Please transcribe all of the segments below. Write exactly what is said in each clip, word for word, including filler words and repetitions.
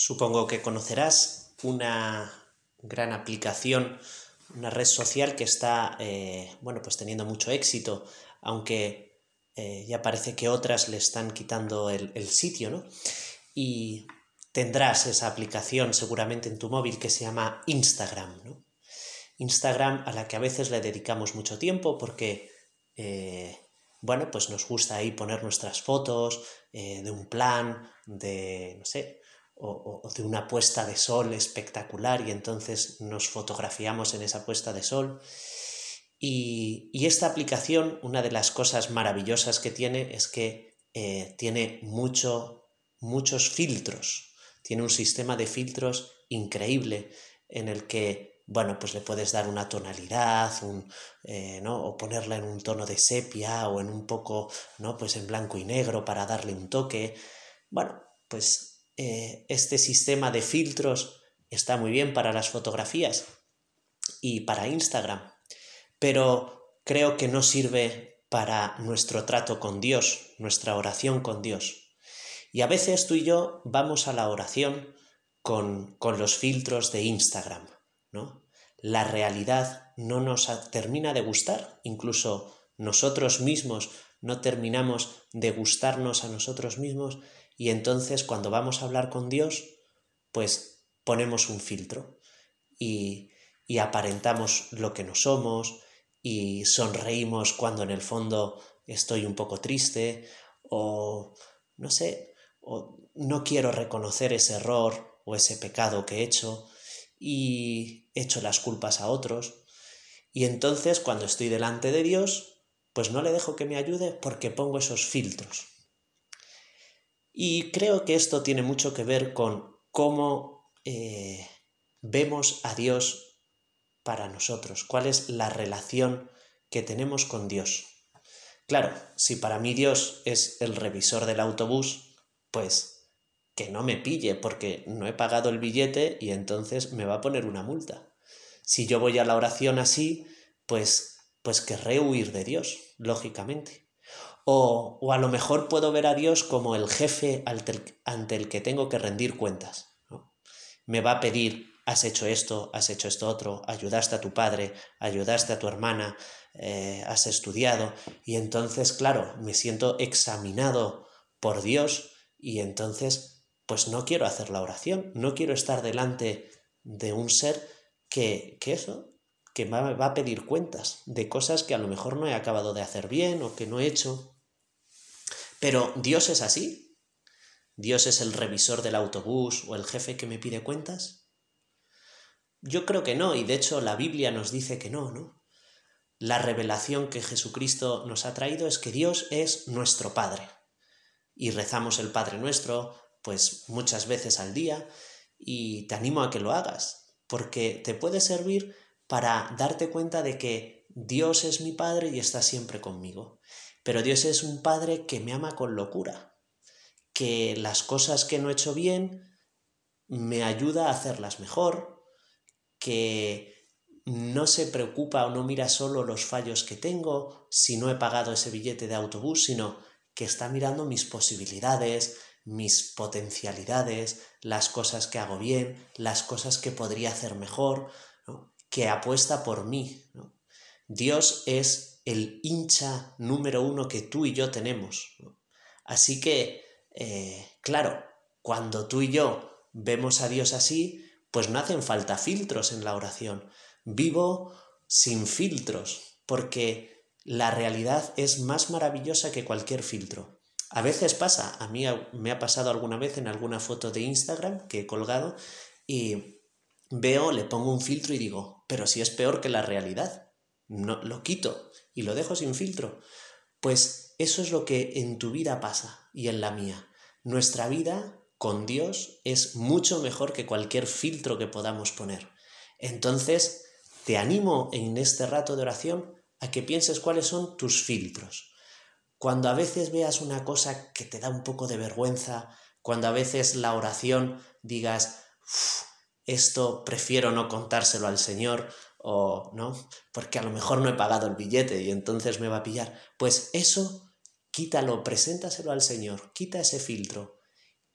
Supongo que conocerás una gran aplicación, una red social que está eh, bueno, pues teniendo mucho éxito, aunque eh, ya parece que otras le están quitando el, el sitio, ¿no? Y tendrás esa aplicación seguramente en tu móvil que se llama Instagram, ¿no? Instagram, a la que a veces le dedicamos mucho tiempo porque eh, bueno, pues nos gusta ahí poner nuestras fotos eh, de un plan, de, no sé, o, o de una puesta de sol espectacular y entonces nos fotografiamos en esa puesta de sol. Y, y esta aplicación, una de las cosas maravillosas que tiene es que eh, tiene mucho, muchos filtros, tiene un sistema de filtros increíble en el que, bueno, pues le puedes dar una tonalidad, un, eh, ¿no? o ponerla en un tono de sepia o en un poco, ¿no? Pues en blanco y negro para darle un toque. Bueno, pues eh, este sistema de filtros está muy bien para las fotografías y para Instagram, pero creo que no sirve para nuestro trato con Dios, nuestra oración con Dios. Y a veces tú y yo vamos a la oración con, con los filtros de Instagram, ¿no? La realidad no nos termina de gustar, incluso nosotros mismos no terminamos de gustarnos a nosotros mismos, y entonces cuando vamos a hablar con Dios, pues ponemos un filtro y, y aparentamos lo que no somos y sonreímos cuando en el fondo estoy un poco triste o no sé, o no quiero reconocer ese error o ese pecado que he hecho y echo las culpas a otros. Y entonces cuando estoy delante de Dios, pues no le dejo que me ayude porque pongo esos filtros. Y creo que esto tiene mucho que ver con cómo eh, vemos a Dios para nosotros, cuál es la relación que tenemos con Dios. Claro, si para mí Dios es el revisor del autobús, pues que no me pille porque no he pagado el billete y entonces me va a poner una multa. Si yo voy a la oración así, pues, pues querré huir de Dios, lógicamente. O, o a lo mejor puedo ver a Dios como el jefe ante el que tengo que rendir cuentas, ¿no? Me va a pedir, has hecho esto, has hecho esto otro, ayudaste a tu padre, ayudaste a tu hermana, eh, has estudiado, y entonces, claro, me siento examinado por Dios y entonces, pues no quiero hacer la oración, no quiero estar delante de un ser que, que eso, que me va a pedir cuentas de cosas que a lo mejor no he acabado de hacer bien o que no he hecho. Pero Dios es así. ¿Dios es el revisor del autobús o el jefe que me pide cuentas? Yo creo que no, y de hecho la Biblia nos dice que no, ¿no? La revelación que Jesucristo nos ha traído es que Dios es nuestro Padre. Y rezamos el Padre Nuestro, pues muchas veces al día, y te animo a que lo hagas, porque te puede servir para darte cuenta de que Dios es mi Padre y está siempre conmigo. Pero Dios es un Padre que me ama con locura, que las cosas que no he hecho bien me ayuda a hacerlas mejor, que no se preocupa o no mira solo los fallos que tengo si no he pagado ese billete de autobús, sino que está mirando mis posibilidades, mis potencialidades, las cosas que hago bien, las cosas que podría hacer mejor, ¿no? Que apuesta por mí, ¿no? Dios es el hincha número uno que tú y yo tenemos, ¿no? Así que, eh, claro, cuando tú y yo vemos a Dios así, pues no hacen falta filtros en la oración. Vivo sin filtros, porque la realidad es más maravillosa que cualquier filtro. A veces pasa, a mí me ha pasado alguna vez en alguna foto de Instagram que he colgado y veo, le pongo un filtro y digo, pero si es peor que la realidad. No, lo quito y lo dejo sin filtro. Pues eso es lo que en tu vida pasa y en la mía. Nuestra vida con Dios es mucho mejor que cualquier filtro que podamos poner. Entonces, te animo en este rato de oración a que pienses cuáles son tus filtros. Cuando a veces veas una cosa que te da un poco de vergüenza, cuando a veces la oración digas, esto prefiero no contárselo al Señor, o no, porque a lo mejor no he pagado el billete y entonces me va a pillar, pues eso quítalo, preséntaselo al Señor, quita ese filtro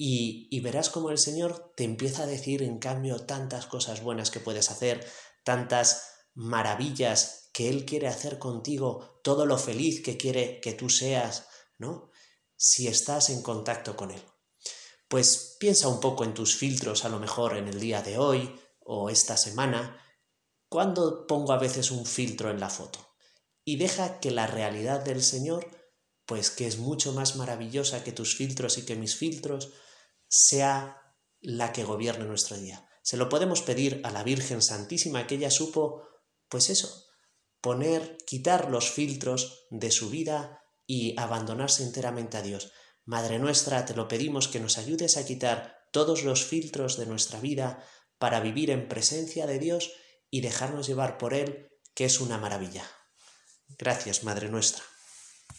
y, y verás como el Señor te empieza a decir en cambio tantas cosas buenas que puedes hacer, tantas maravillas que Él quiere hacer contigo, todo lo feliz que quiere que tú seas, ¿no? Si estás en contacto con Él. Pues piensa un poco en tus filtros, a lo mejor en el día de hoy o esta semana. ¿Cuándo pongo a veces un filtro en la foto? Y deja que la realidad del Señor, pues que es mucho más maravillosa que tus filtros y que mis filtros, sea la que gobierne nuestro día. Se lo podemos pedir a la Virgen Santísima, que ella supo, pues eso, poner, quitar los filtros de su vida y abandonarse enteramente a Dios. Madre nuestra, te lo pedimos que nos ayudes a quitar todos los filtros de nuestra vida para vivir en presencia de Dios y dejarnos llevar por Él, que es una maravilla. Gracias, Madre nuestra.